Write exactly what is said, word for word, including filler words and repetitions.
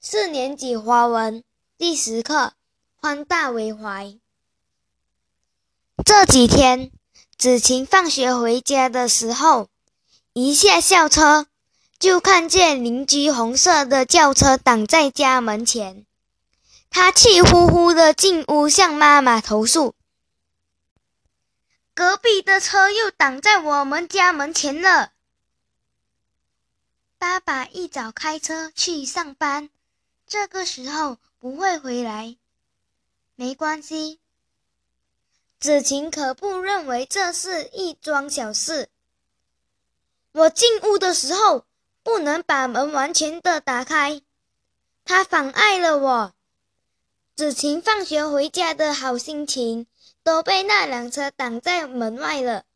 四年级华文第十课，宽大为怀。这几天，子晴放学回家的时候，一下校车，就看见邻居红色的轿车挡在家门前。她气呼呼地进屋向妈妈投诉：隔壁的车又挡在我们家门前了。爸爸一早开车去上班，这个时候不会回来。没关系，子晴可不认为这是一桩小事。我进屋的时候不能把门完全的打开，它妨碍了我。子晴放学回家的好心情都被那辆车挡在门外了。